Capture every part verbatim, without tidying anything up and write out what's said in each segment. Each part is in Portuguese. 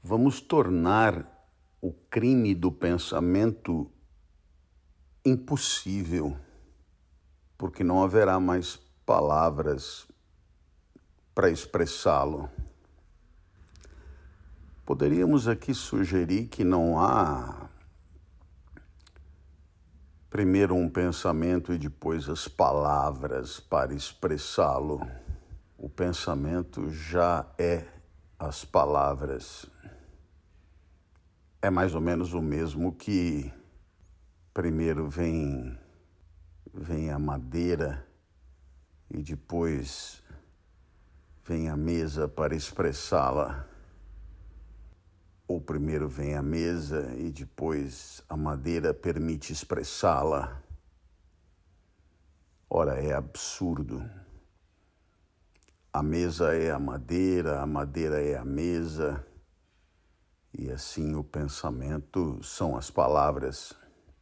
Vamos tornar o crime do pensamento impossível, porque não haverá mais palavras para expressá-lo. Poderíamos aqui sugerir que não há primeiro um pensamento e depois as palavras para expressá-lo. O pensamento já é as palavras. É mais ou menos o mesmo que primeiro vem, vem a madeira e depois vem a mesa para expressá-la. Ou primeiro vem a mesa e depois a madeira permite expressá-la. Ora, é absurdo. A mesa é a madeira, a madeira é a mesa, e assim o pensamento são as palavras.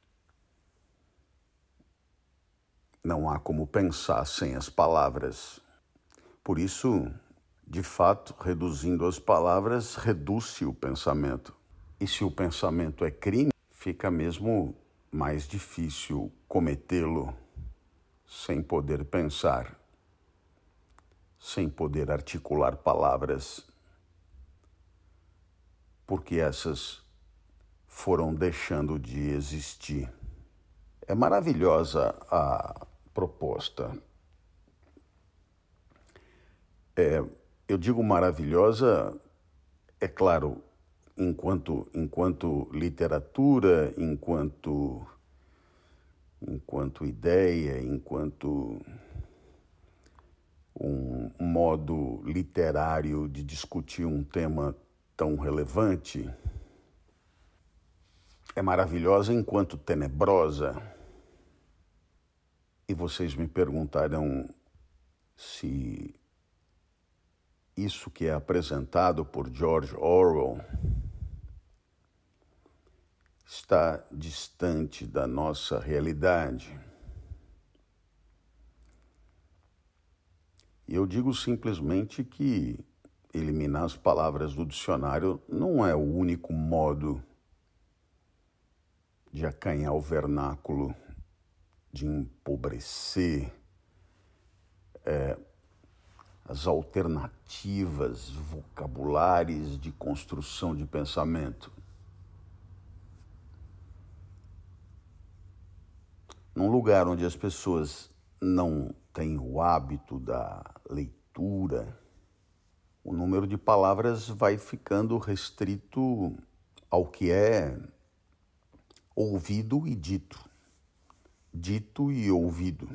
Não há como pensar sem as palavras. Por isso, de fato, reduzindo as palavras, reduz-se o pensamento. E se o pensamento é crime, fica mesmo mais difícil cometê-lo sem poder pensar, sem poder articular palavras, porque essas foram deixando de existir. É maravilhosa a proposta. É, eu digo maravilhosa, é claro, enquanto, enquanto literatura, enquanto, enquanto ideia, enquanto um modo literário de discutir um tema tão relevante. É maravilhosa enquanto tenebrosa. E vocês me perguntarão se isso que é apresentado por George Orwell está distante da nossa realidade. E eu digo simplesmente que eliminar as palavras do dicionário não é o único modo de acanhar o vernáculo, de empobrecer é, as alternativas vocabulares de construção de pensamento. Num lugar onde as pessoas não têm o hábito da leitura, o número de palavras vai ficando restrito ao que é ouvido e dito, dito e ouvido.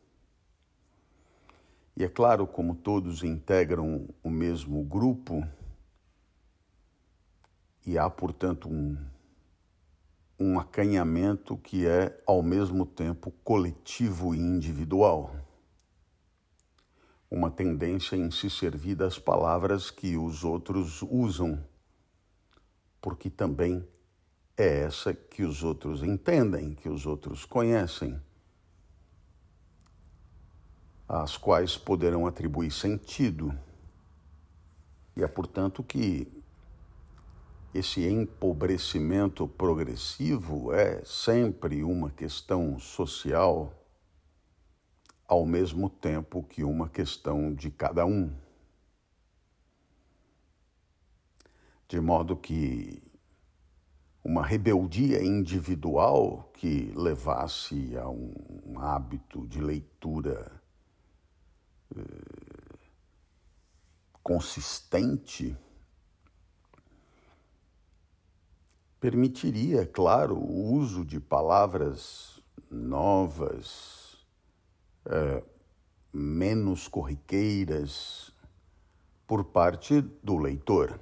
E é claro, como todos integram o mesmo grupo, e há, portanto, um, um acanhamento que é, ao mesmo tempo, coletivo e individual. Uma tendência em se servir das palavras que os outros usam, porque também é essa que os outros entendem, que os outros conhecem, às quais poderão atribuir sentido. E é, portanto, que esse empobrecimento progressivo é sempre uma questão social, ao mesmo tempo que uma questão de cada um. De modo que uma rebeldia individual que levasse a um hábito de leitura eh, consistente permitiria, claro, o uso de palavras novas, É, menos corriqueiras por parte do leitor.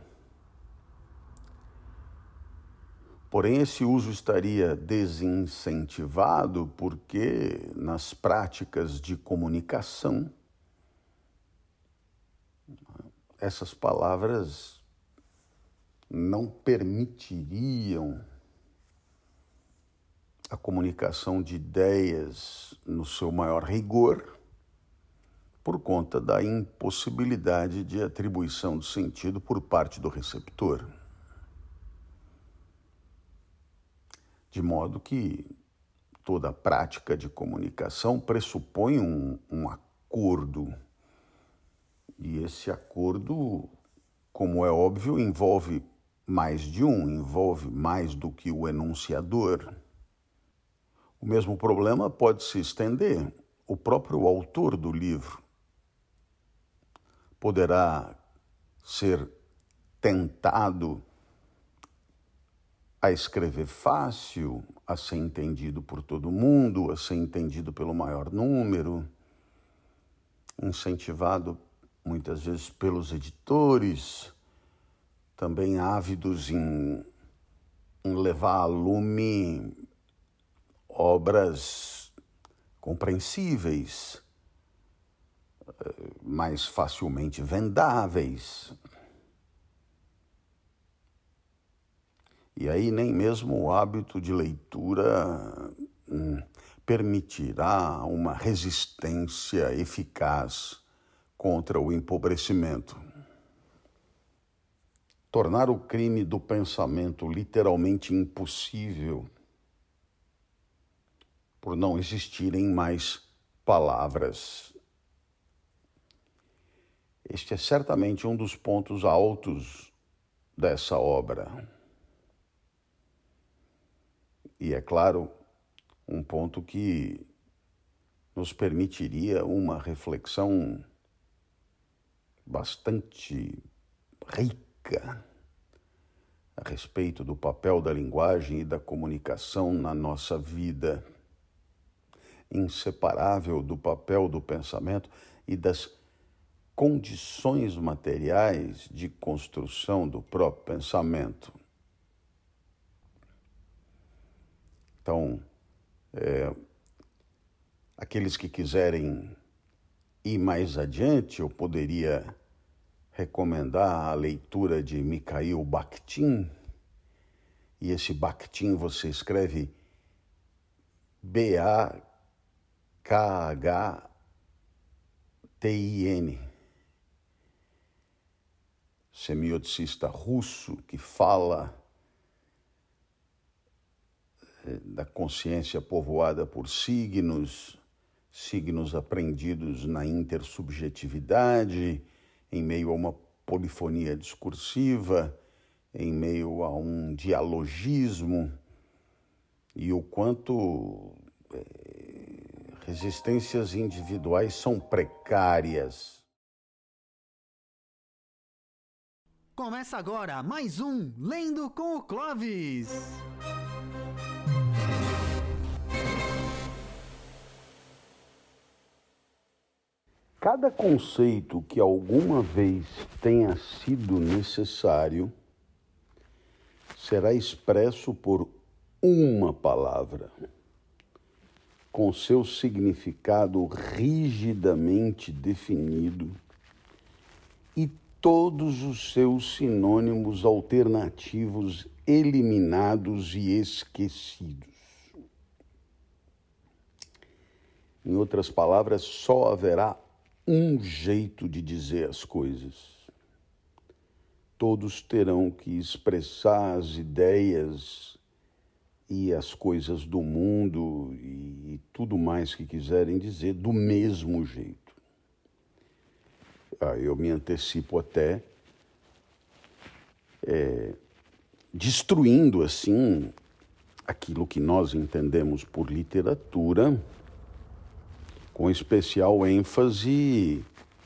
Porém, esse uso estaria desincentivado porque, nas práticas de comunicação, essas palavras não permitiriam a comunicação de ideias no seu maior rigor, por conta da impossibilidade de atribuição de sentido por parte do receptor. De modo que toda prática de comunicação pressupõe um, um acordo. E esse acordo, como é óbvio, envolve mais de um, envolve mais do que o enunciador. O mesmo problema pode se estender. O próprio autor do livro poderá ser tentado a escrever fácil, a ser entendido por todo mundo, a ser entendido pelo maior número, incentivado muitas vezes pelos editores, também ávidos em, em levar a lume obras compreensíveis, mais facilmente vendáveis. E aí nem mesmo o hábito de leitura hum, permitirá uma resistência eficaz contra o empobrecimento. Tornar o crime do pensamento literalmente impossível por não existirem mais palavras. Este é certamente um dos pontos altos dessa obra. E, é claro, um ponto que nos permitiria uma reflexão bastante rica a respeito do papel da linguagem e da comunicação na nossa vida, inseparável do papel do pensamento e das condições materiais de construção do próprio pensamento. Então, é, aqueles que quiserem ir mais adiante, eu poderia recomendar a leitura de Mikhail Bakhtin. E esse Bakhtin você escreve B A K H T I N. Semioticista russo que fala da consciência povoada por signos, signos aprendidos na intersubjetividade, em meio a uma polifonia discursiva, em meio a um dialogismo, e o quanto é, resistências individuais são precárias. Começa agora mais um Lendo com o Clóvis. Cada conceito que alguma vez tenha sido necessário será expresso por uma palavra, com seu significado rigidamente definido e todos os seus sinônimos alternativos eliminados e esquecidos. Em outras palavras, só haverá um jeito de dizer as coisas. Todos terão que expressar as ideias e as coisas do mundo e tudo mais que quiserem dizer do mesmo jeito. Ah, eu me antecipo até é, destruindo assim aquilo que nós entendemos por literatura, com especial ênfase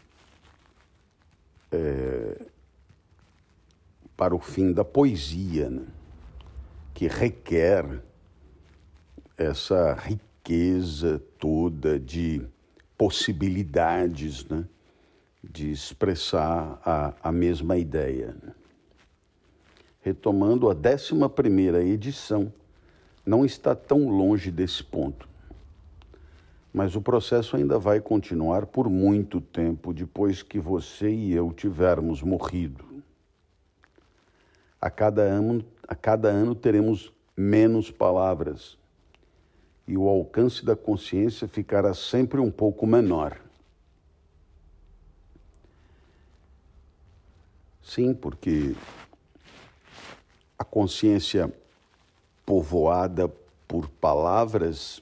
é, para o fim da poesia, né? Que requer essa riqueza toda de possibilidades, né? De expressar a, a mesma ideia. Né? Retomando a décima primeira edição, não está tão longe desse ponto. Mas o processo ainda vai continuar por muito tempo depois que você e eu tivermos morrido. A cada ano, a cada ano teremos menos palavras e o alcance da consciência ficará sempre um pouco menor. Sim, porque a consciência povoada por palavras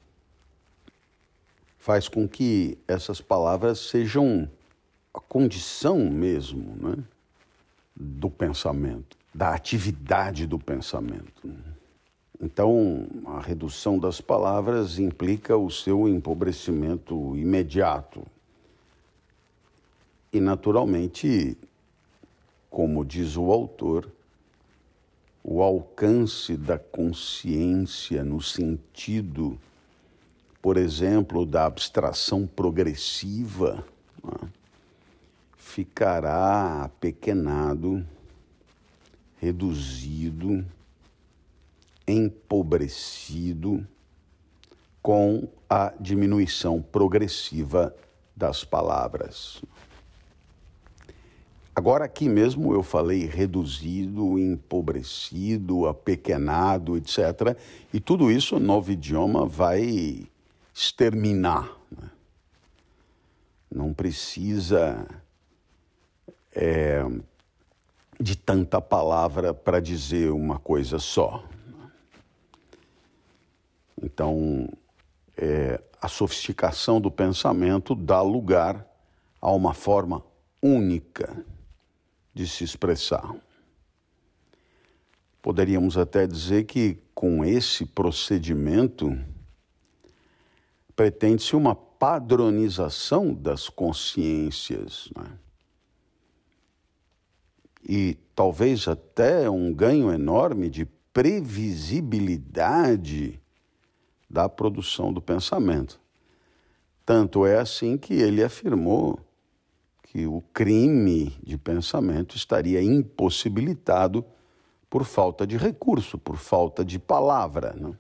faz com que essas palavras sejam a condição mesmo, né, do pensamento, da atividade do pensamento. Então, a redução das palavras implica o seu empobrecimento imediato. E, naturalmente, como diz o autor, o alcance da consciência no sentido, por exemplo, da abstração progressiva, né, ficará apequenado, reduzido, empobrecido com a diminuição progressiva das palavras. Agora, aqui mesmo eu falei reduzido, empobrecido, apequenado, etcétera. E tudo isso o novo idioma vai exterminar, né? Não precisa é, de tanta palavra para dizer uma coisa só. Então, é, a sofisticação do pensamento dá lugar a uma forma única de se expressar. Poderíamos até dizer que, com esse procedimento, pretende-se uma padronização das consciências, né? E talvez até um ganho enorme de previsibilidade da produção do pensamento. Tanto é assim que ele afirmou que o crime de pensamento estaria impossibilitado por falta de recurso, por falta de palavra, né?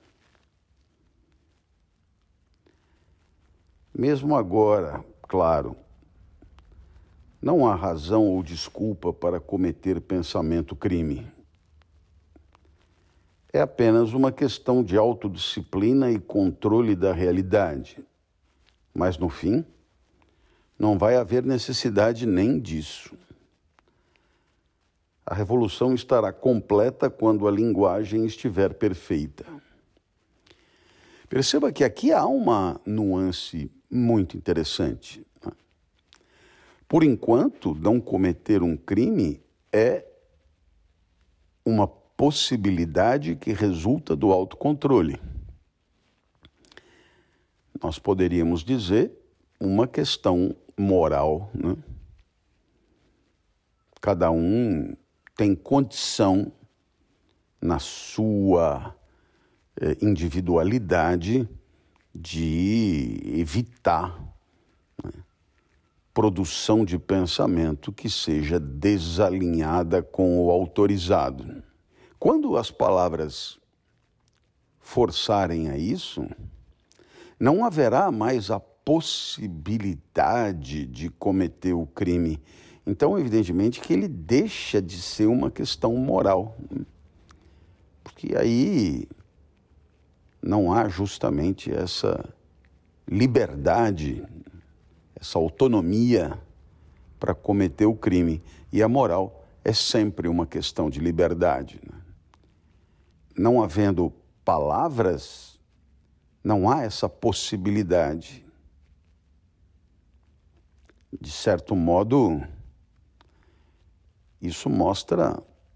Mesmo agora, claro, não há razão ou desculpa para cometer pensamento-crime. É apenas uma questão de autodisciplina e controle da realidade. Mas, no fim, não vai haver necessidade nem disso. A revolução estará completa quando a linguagem estiver perfeita. Perceba que aqui há uma nuance muito interessante. Por enquanto, não cometer um crime é uma possibilidade que resulta do autocontrole. Nós poderíamos dizer uma questão moral, né? Cada um tem condição, na sua eh, individualidade, de evitar, né, produção de pensamento que seja desalinhada com o autorizado. Quando as palavras forçarem a isso, não haverá mais a possibilidade de cometer o crime. Então, evidentemente, que ele deixa de ser uma questão moral. Porque aí não há justamente essa liberdade, essa autonomia para cometer o crime. E a moral é sempre uma questão de liberdade, né? Não havendo palavras, não há essa possibilidade. De certo modo, isso mostra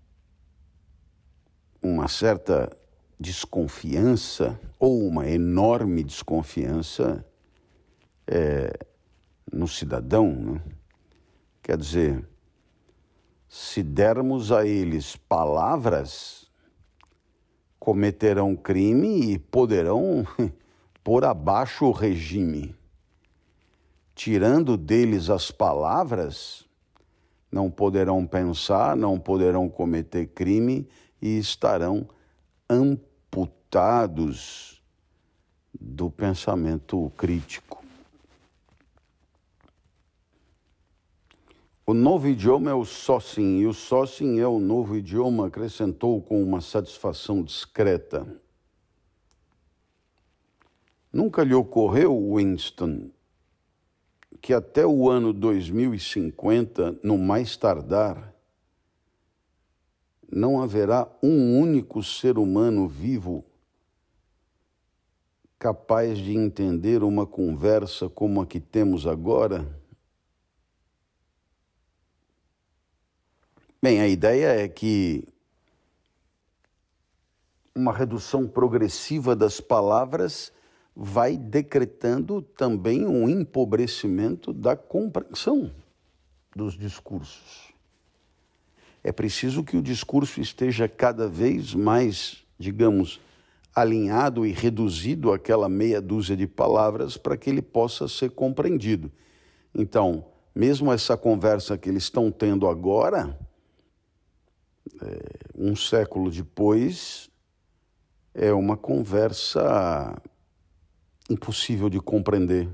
uma certa desconfiança, ou uma enorme desconfiança é, no cidadão, né? Quer dizer, se dermos a eles palavras, cometerão crime e poderão pôr abaixo o regime. Tirando deles as palavras, não poderão pensar, não poderão cometer crime e estarão amputados do pensamento crítico. O novo idioma é o Sócim, e o Sócim é o novo idioma, acrescentou com uma satisfação discreta. Nunca lhe ocorreu, Winston, que até o ano dois mil e cinquenta, no mais tardar, não haverá um único ser humano vivo capaz de entender uma conversa como a que temos agora? Bem, a ideia é que uma redução progressiva das palavras vai decretando também um empobrecimento da compreensão dos discursos. É preciso que o discurso esteja cada vez mais, digamos, alinhado e reduzido àquela meia dúzia de palavras para que ele possa ser compreendido. Então, mesmo essa conversa que eles estão tendo agora, é, um século depois, é uma conversa impossível de compreender.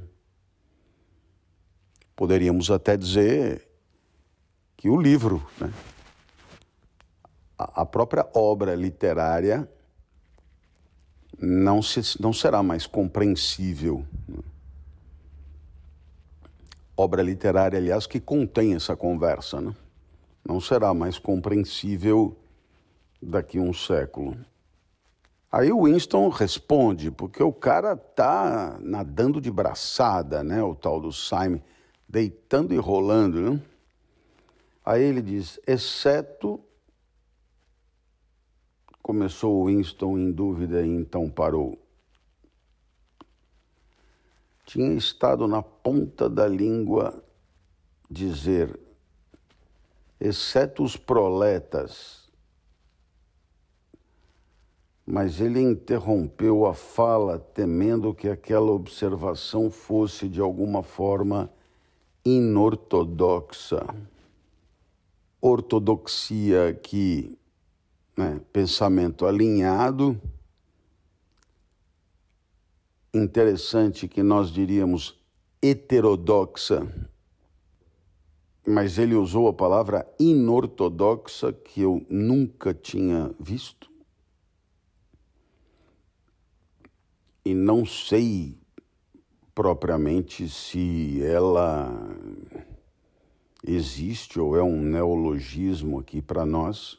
Poderíamos até dizer que o livro, né, a própria obra literária não, se, não será mais compreensível. Obra literária, aliás, que contém essa conversa, né? Não será mais compreensível daqui a um século. Aí o Winston responde, porque o cara tá nadando de braçada, né? O tal do Simon, deitando e rolando, né? Aí ele diz, exceto... Começou o Winston em dúvida e então parou. Tinha estado na ponta da língua dizer, exceto os proletas, mas ele interrompeu a fala temendo que aquela observação fosse de alguma forma inortodoxa. Ortodoxia que, né, pensamento alinhado, interessante que nós diríamos heterodoxa, mas ele usou a palavra inortodoxa que eu nunca tinha visto. E não sei propriamente se ela existe ou é um neologismo aqui para nós.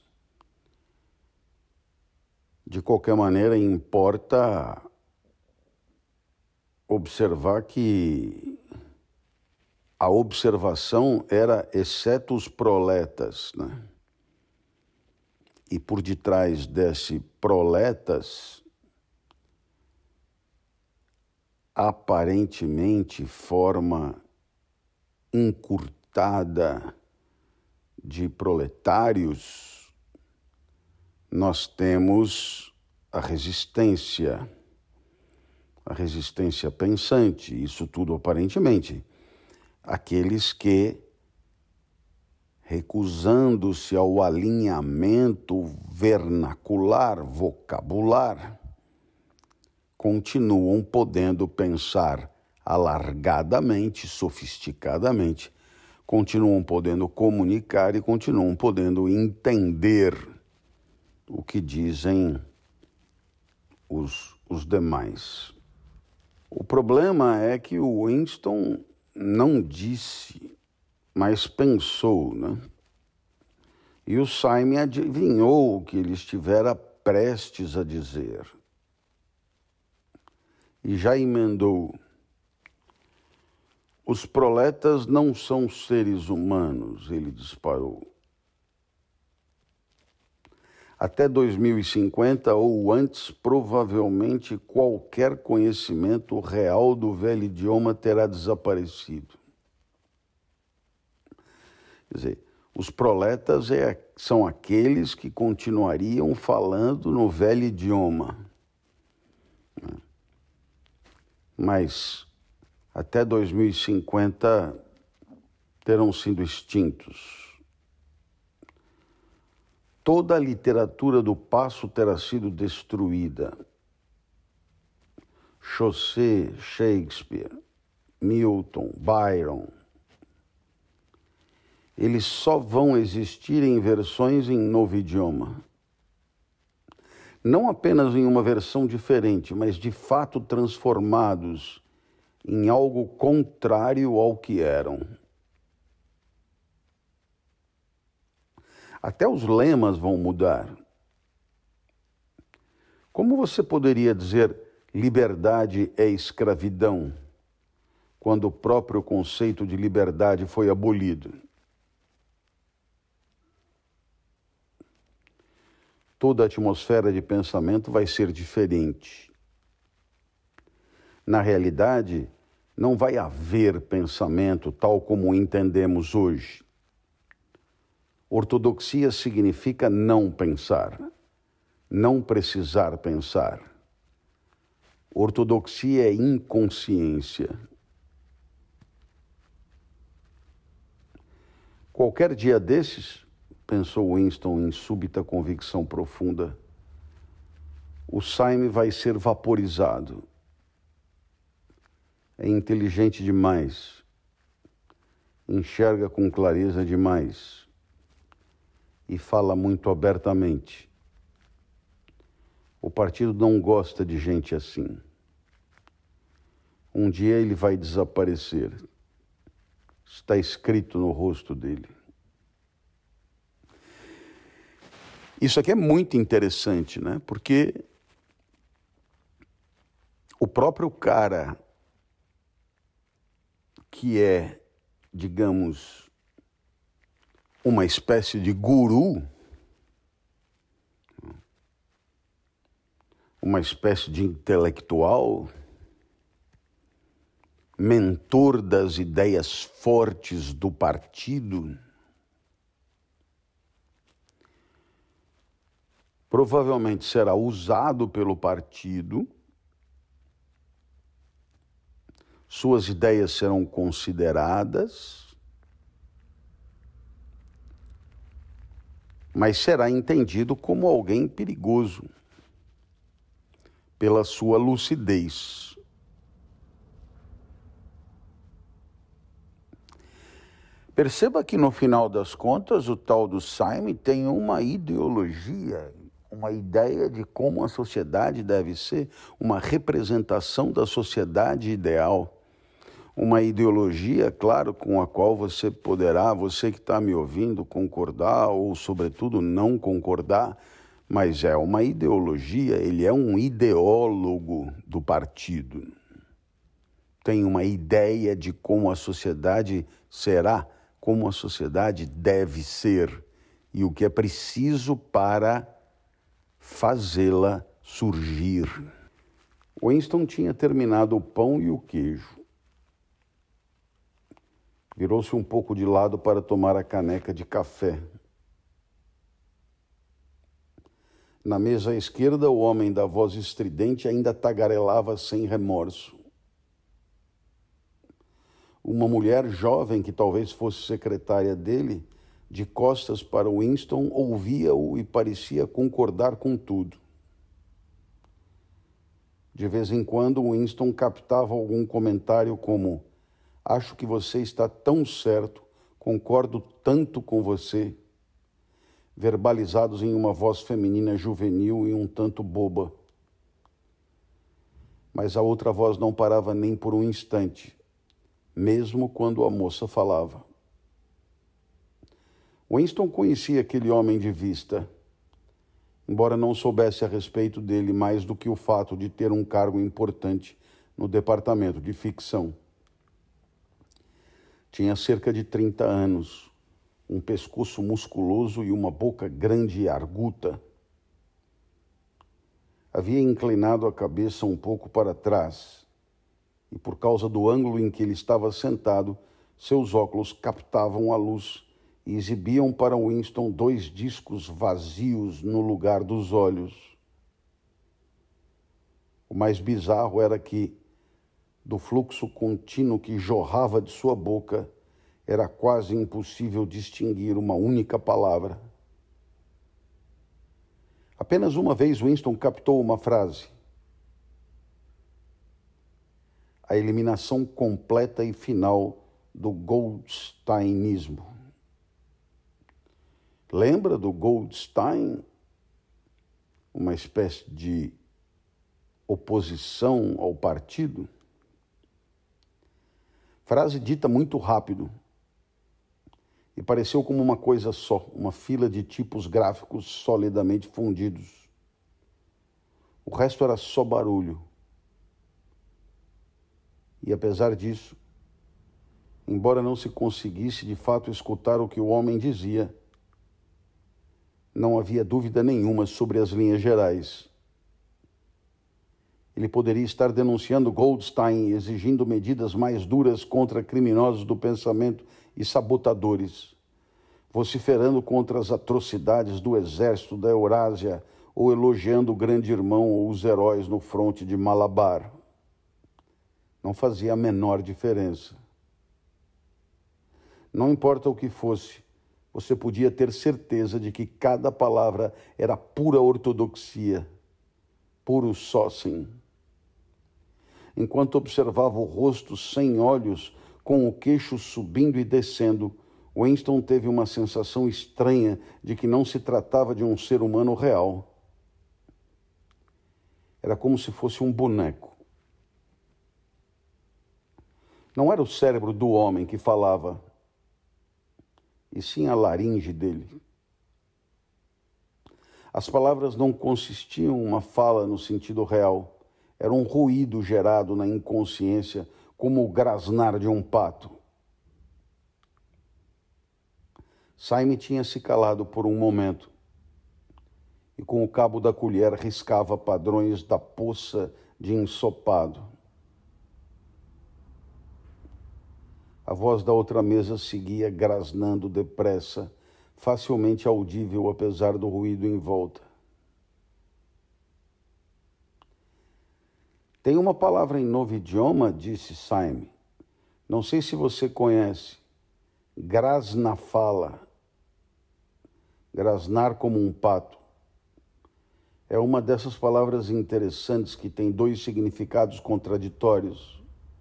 De qualquer maneira, importa observar que a observação era exceto os proletas, né? E por detrás desse proletas, aparentemente forma encurtada de proletários, nós temos a resistência, a resistência pensante, isso tudo aparentemente. Aqueles que, recusando-se ao alinhamento vernacular, vocabular, continuam podendo pensar alargadamente, sofisticadamente, continuam podendo comunicar e continuam podendo entender o que dizem os, os demais. O problema é que o Winston não disse, mas pensou, né? E o Simon adivinhou o que ele estivera prestes a dizer. E já emendou. Os proletas não são seres humanos, ele disparou. Até dois mil e cinquenta ou antes, provavelmente qualquer conhecimento real do velho idioma terá desaparecido. Quer dizer, os proletas é, são aqueles que continuariam falando no velho idioma. Mas até dois mil e cinquenta terão sido extintos. Toda a literatura do passo terá sido destruída. Chaucer, Shakespeare, Milton, Byron. Eles só vão existir em versões em novo idioma. Não apenas em uma versão diferente, mas de fato transformados em algo contrário ao que eram. Até os lemas vão mudar. Como você poderia dizer liberdade é escravidão, quando o próprio conceito de liberdade foi abolido? Toda a atmosfera de pensamento vai ser diferente. Na realidade, não vai haver pensamento tal como o entendemos hoje. Ortodoxia significa não pensar, não precisar pensar. Ortodoxia é inconsciência. Qualquer dia desses, pensou Winston em súbita convicção profunda, o Syme vai ser vaporizado. É inteligente demais, enxerga com clareza demais e fala muito abertamente. O partido não gosta de gente assim. Um dia ele vai desaparecer. Está escrito no rosto dele. Isso aqui é muito interessante, né? Porque o próprio cara que é, digamos, uma espécie de guru, uma espécie de intelectual, mentor das ideias fortes do partido, provavelmente será usado pelo partido, suas ideias serão consideradas, mas será entendido como alguém perigoso pela sua lucidez. Perceba que no final das contas o tal do Syme tem uma ideologia, uma ideia de como a sociedade deve ser, uma representação da sociedade ideal. Uma ideologia, claro, com a qual você poderá, você que está me ouvindo, concordar ou, sobretudo, não concordar, mas é uma ideologia, ele é um ideólogo do partido. Tem uma ideia de como a sociedade será, como a sociedade deve ser e o que é preciso para fazê-la surgir. Winston tinha terminado o pão e o queijo. Virou-se um pouco de lado para tomar a caneca de café. Na mesa à esquerda, o homem da voz estridente ainda tagarelava sem remorso. Uma mulher jovem, que talvez fosse secretária dele, de costas para Winston, ouvia-o e parecia concordar com tudo. De vez em quando, Winston captava algum comentário como: acho que você está tão certo, concordo tanto com você, verbalizados em uma voz feminina juvenil e um tanto boba. Mas a outra voz não parava nem por um instante, mesmo quando a moça falava. Winston conhecia aquele homem de vista, embora não soubesse a respeito dele mais do que o fato de ter um cargo importante no departamento de ficção. Tinha cerca de trinta anos, um pescoço musculoso e uma boca grande e arguta. Havia inclinado a cabeça um pouco para trás, e por causa do ângulo em que ele estava sentado, seus óculos captavam a luz e exibiam para Winston dois discos vazios no lugar dos olhos. O mais bizarro era que, do fluxo contínuo que jorrava de sua boca, era quase impossível distinguir uma única palavra. Apenas uma vez Winston captou uma frase: a eliminação completa e final do Goldsteinismo. Lembra do Goldstein? Uma espécie de oposição ao partido? Frase dita muito rápido. e pareceu como uma coisa só, uma fila de tipos gráficos solidamente fundidos. O resto era só barulho. E apesar disso, embora não se conseguisse de fato escutar o que o homem dizia, não havia dúvida nenhuma sobre as linhas gerais. Ele poderia estar denunciando Goldstein e exigindo medidas mais duras contra criminosos do pensamento e sabotadores, vociferando contra as atrocidades do exército da Eurásia ou elogiando o grande irmão ou os heróis no fronte de Malabar. Não fazia a menor diferença. Não importa o que fosse, você podia ter certeza de que cada palavra era pura ortodoxia, puro sócim. Enquanto observava o rosto sem olhos, com o queixo subindo e descendo, Winston teve uma sensação estranha de que não se tratava de um ser humano real. Era como se fosse um boneco. Não era o cérebro do homem que falava, e sim a laringe dele. As palavras não consistiam em uma fala no sentido real. Era um ruído gerado na inconsciência, como o grasnar de um pato. Simon tinha se calado por um momento e com o cabo da colher riscava padrões da poça de ensopado. A voz da outra mesa seguia grasnando depressa, facilmente audível apesar do ruído em volta. Tem uma palavra em novo idioma, disse Simon. Não sei se você conhece. Grasnafala. Grasnar como um pato. É uma dessas palavras interessantes que tem dois significados contraditórios.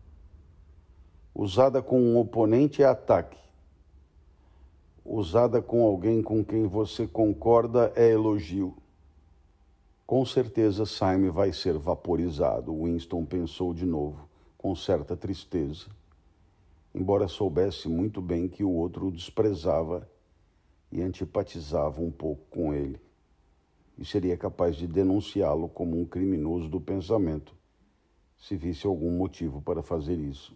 Usada com um oponente é ataque. Usada com alguém com quem você concorda é elogio. Com certeza Simon vai ser vaporizado, Winston pensou de novo, com certa tristeza. Embora soubesse muito bem que o outro o desprezava e antipatizava um pouco com ele, e seria capaz de denunciá-lo como um criminoso do pensamento, se visse algum motivo para fazer isso.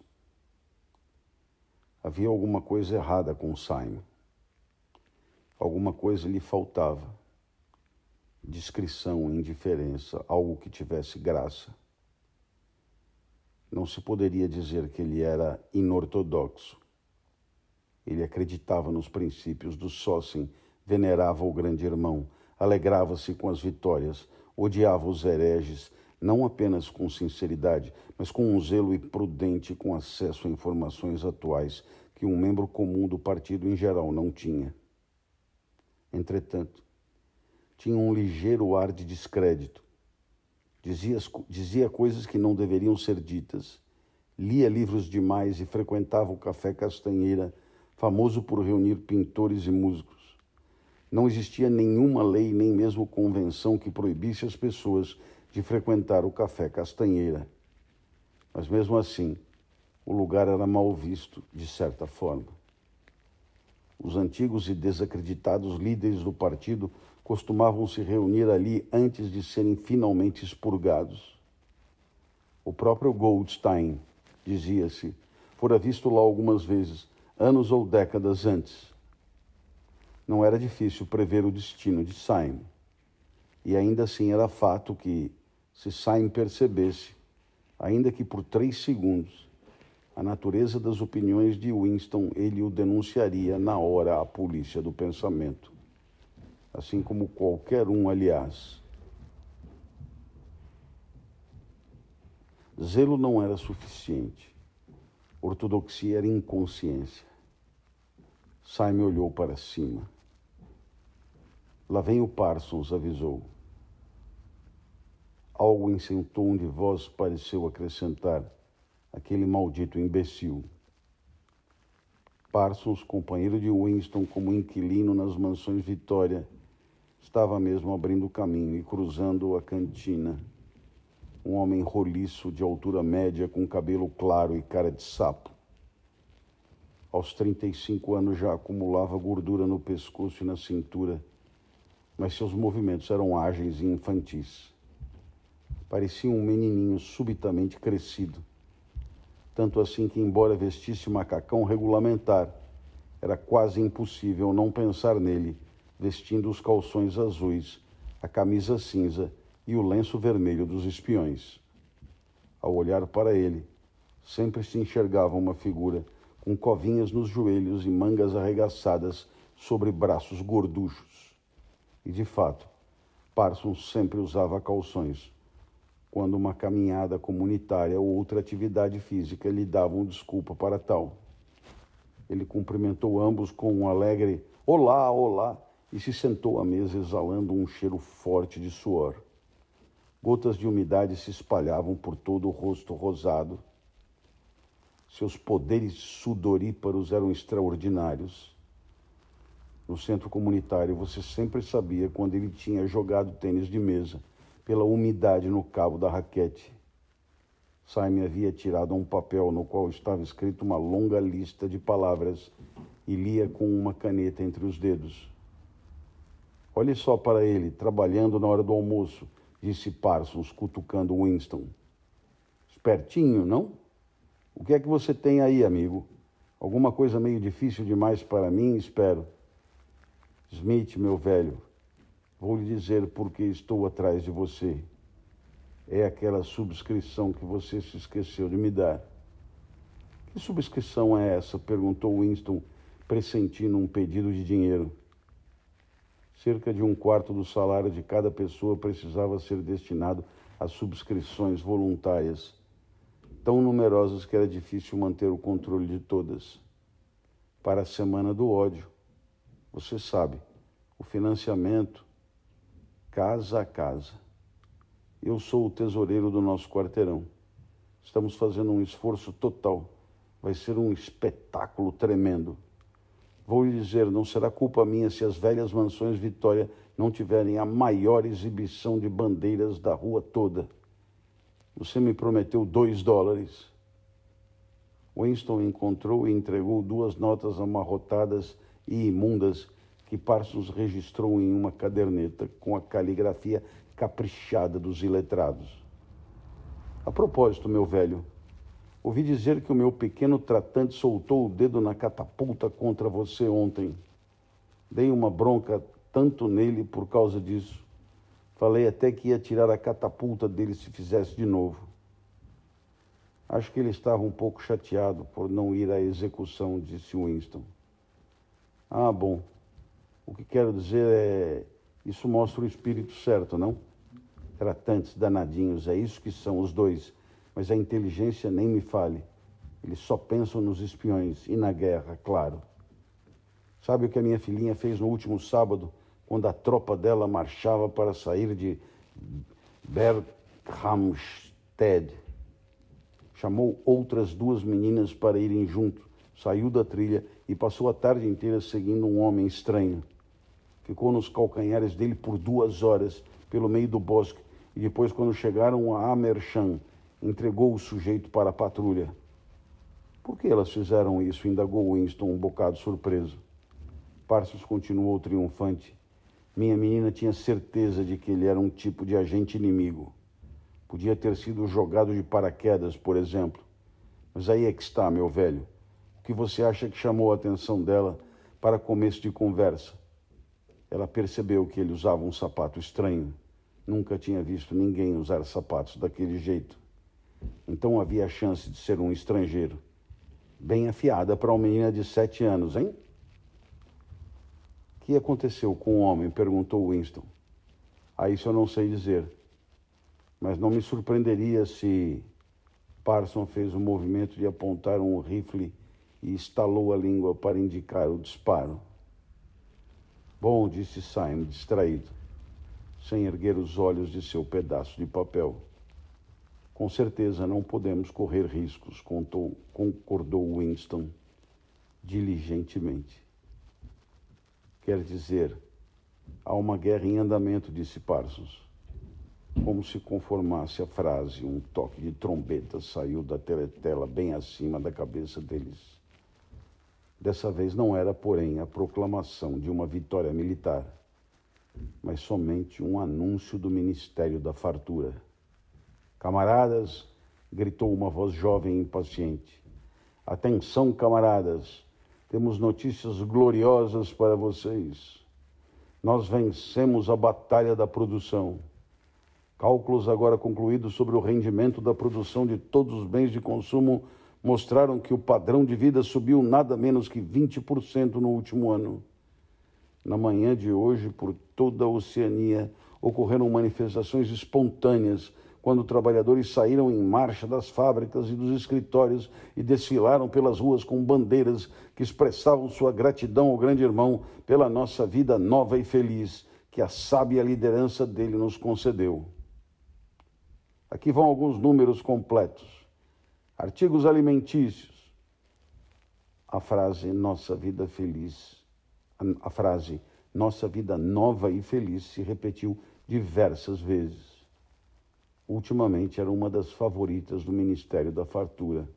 Havia alguma coisa errada com Simon. Alguma coisa lhe faltava. Discrição, indiferença, algo que tivesse graça. Não se poderia dizer que ele era inortodoxo. Ele acreditava nos princípios do Sócim, venerava o grande irmão, alegrava-se com as vitórias, odiava os hereges, não apenas com sinceridade, mas com um zelo imprudente com acesso a informações atuais que um membro comum do partido em geral não tinha. Entretanto, tinha um ligeiro ar de descrédito. Dizia, dizia coisas que não deveriam ser ditas, lia livros demais e frequentava o Café Castanheira, famoso por reunir pintores e músicos. Não existia nenhuma lei, nem mesmo convenção que proibisse as pessoas de frequentar o Café Castanheira. Mas mesmo assim, o lugar era mal visto, de certa forma. Os antigos e desacreditados líderes do partido costumavam se reunir ali antes de serem finalmente expurgados. O próprio Goldstein, dizia-se, fora visto lá algumas vezes, anos ou décadas antes. Não era difícil prever o destino de Simon. E ainda assim era fato que, se Simon percebesse, ainda que por três segundos, a natureza das opiniões de Winston, ele o denunciaria na hora à polícia do pensamento. Assim como qualquer um, aliás. Zelo não era suficiente. Ortodoxia era inconsciência. Simon olhou para cima. Lá vem o Parsons, avisou. Algo em seu tom de voz pareceu acrescentar: aquele maldito imbecil. Parsons, companheiro de Winston como inquilino nas mansões Vitória, estava mesmo abrindo o caminho e cruzando a cantina. Um homem roliço, de altura média, com cabelo claro e cara de sapo. Aos trinta e cinco anos já acumulava gordura no pescoço e na cintura, mas seus movimentos eram ágeis e infantis. Parecia um menininho subitamente crescido. Tanto assim que, embora vestisse macacão regulamentar, era quase impossível não pensar nele, vestindo os calções azuis, a camisa cinza e o lenço vermelho dos espiões. Ao olhar para ele, sempre se enxergava uma figura com covinhas nos joelhos e mangas arregaçadas sobre braços gorduchos. E, de fato, Parsons sempre usava calções, quando uma caminhada comunitária ou outra atividade física lhe davam desculpa para tal. Ele cumprimentou ambos com um alegre "Olá, olá!" e se sentou à mesa exalando um cheiro forte de suor. Gotas de umidade se espalhavam por todo o rosto rosado. Seus poderes sudoríparos eram extraordinários. No centro comunitário, você sempre sabia quando ele tinha jogado tênis de mesa, pela umidade no cabo da raquete. Simon havia tirado um papel no qual estava escrito uma longa lista de palavras e lia com uma caneta entre os dedos. "Olhe só para ele, trabalhando na hora do almoço", disse Parsons, cutucando Winston. "Espertinho, não? O que é que você tem aí, amigo? Alguma coisa meio difícil demais para mim, espero." "Smith, meu velho, vou lhe dizer por que estou atrás de você. É aquela subscrição que você se esqueceu de me dar." "Que subscrição é essa?" perguntou Winston, pressentindo um pedido de dinheiro. Cerca de um quarto do salário de cada pessoa precisava ser destinado a subscrições voluntárias, tão numerosas que era difícil manter o controle de todas. Para a Semana do Ódio, você sabe, o financiamento, casa a casa. Eu sou o tesoureiro do nosso quarteirão. Estamos fazendo um esforço total. Vai ser um espetáculo tremendo. Vou lhe dizer, não será culpa minha se as velhas mansões Vitória não tiverem a maior exibição de bandeiras da rua toda. Você me prometeu dois dólares. Winston encontrou e entregou duas notas amarrotadas e imundas que Parsons registrou em uma caderneta com a caligrafia caprichada dos iletrados. "A propósito, meu velho, ouvi dizer que o meu pequeno tratante soltou o dedo na catapulta contra você ontem. Dei uma bronca tanto nele por causa disso. Falei até que ia tirar a catapulta dele se fizesse de novo. Acho que ele estava um pouco chateado por não ir à execução", disse Winston. "Ah, bom. O que quero dizer é... Isso mostra o espírito certo, não? Tratantes danadinhos, é isso que são os dois. Mas a inteligência nem me fale. Eles só pensam nos espiões e na guerra, claro. Sabe o que a minha filhinha fez no último sábado, quando a tropa dela marchava para sair de Berkhamsted? Chamou outras duas meninas para irem junto, saiu da trilha e passou a tarde inteira seguindo um homem estranho. Ficou nos calcanhares dele por duas horas, pelo meio do bosque, e depois, quando chegaram a Amersham, entregou o sujeito para a patrulha." "Por que elas fizeram isso?" indagou Winston, um bocado surpreso. Parsons continuou triunfante. "Minha menina tinha certeza de que ele era um tipo de agente inimigo. Podia ter sido jogado de paraquedas, por exemplo. Mas aí é que está, meu velho. O que você acha que chamou a atenção dela para começo de conversa? Ela percebeu que ele usava um sapato estranho. Nunca tinha visto ninguém usar sapatos daquele jeito. Então havia a chance de ser um estrangeiro. Bem afiada para uma menina de sete anos, hein?" "O que aconteceu com o homem?" perguntou Winston. "Ah, isso eu não sei dizer. Mas não me surpreenderia se..." Parsons fez o movimento de apontar um rifle e estalou a língua para indicar o disparo. "Bom", disse Simon, distraído, sem erguer os olhos de seu pedaço de papel. "Com certeza não podemos correr riscos", contou, concordou Winston, diligentemente. "Quer dizer, há uma guerra em andamento", disse Parsons. Como se conformasse a frase, um toque de trombeta saiu da teletela bem acima da cabeça deles. Dessa vez não era, porém, a proclamação de uma vitória militar, mas somente um anúncio do Ministério da Fartura. Camaradas, gritou uma voz jovem e impaciente. Atenção, camaradas, temos notícias gloriosas para vocês. Nós vencemos a batalha da produção. Cálculos agora concluídos sobre o rendimento da produção de todos os bens de consumo mostraram que o padrão de vida subiu nada menos que vinte por cento no último ano. Na manhã de hoje, por toda a Oceania, ocorreram manifestações espontâneas quando trabalhadores saíram em marcha das fábricas e dos escritórios e desfilaram pelas ruas com bandeiras que expressavam sua gratidão ao grande irmão pela nossa vida nova e feliz que a sábia liderança dele nos concedeu. Aqui vão alguns números completos. Artigos alimentícios. A frase nossa vida feliz, a, a frase nossa vida nova e feliz se repetiu diversas vezes. Ultimamente era uma das favoritas do Ministério da Fartura.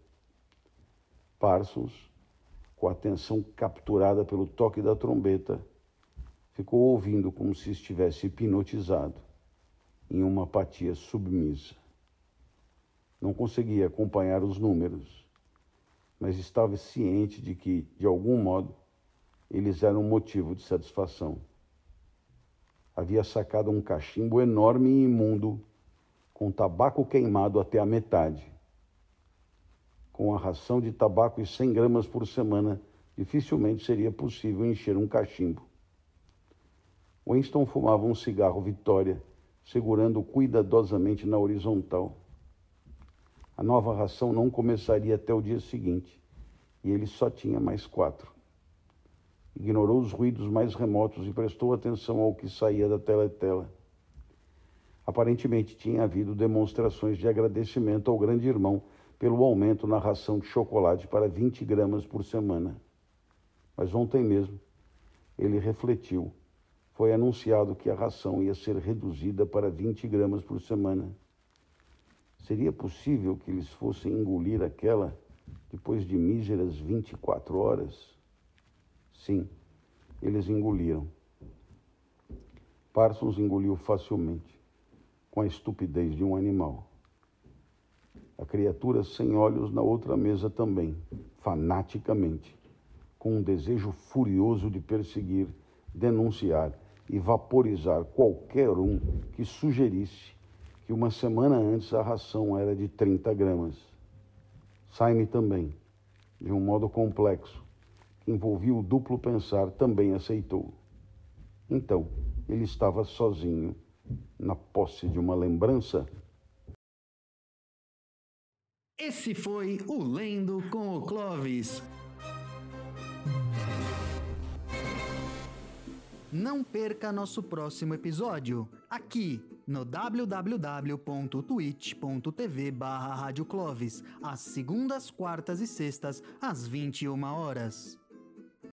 Parsons, com a atenção capturada pelo toque da trombeta, ficou ouvindo como se estivesse hipnotizado, em uma apatia submissa. Não conseguia acompanhar os números, mas estava ciente de que, de algum modo, eles eram motivo de satisfação. Havia sacado um cachimbo enorme e imundo, com tabaco queimado até a metade. Com a ração de tabaco e cem gramas por semana, dificilmente seria possível encher um cachimbo. Winston fumava um cigarro Vitória, segurando-o cuidadosamente na horizontal. A nova ração não começaria até o dia seguinte, e ele só tinha mais quatro. Ignorou os ruídos mais remotos e prestou atenção ao que saía da teletela. Aparentemente tinha havido demonstrações de agradecimento ao grande irmão pelo aumento na ração de chocolate para vinte gramas por semana. Mas ontem mesmo, ele refletiu. Foi anunciado que a ração ia ser reduzida para vinte gramas por semana. Seria possível que eles fossem engolir aquela depois de míseras vinte e quatro horas? Sim, eles engoliram. Parsons engoliu facilmente, com a estupidez de um animal. A criatura sem olhos na outra mesa também, fanaticamente, com um desejo furioso de perseguir, denunciar e vaporizar qualquer um que sugerisse que uma semana antes a ração era de trinta gramas. Saime também, de um modo complexo, que envolvia o duplo pensar, também aceitou. Então, ele estava sozinho, na posse de uma lembrança. Esse foi o Lendo com o Clovis. Não perca nosso próximo episódio, aqui no w w w ponto twitch ponto t v barra Rádio Clovis, às segundas, quartas e sextas, às vinte e uma horas.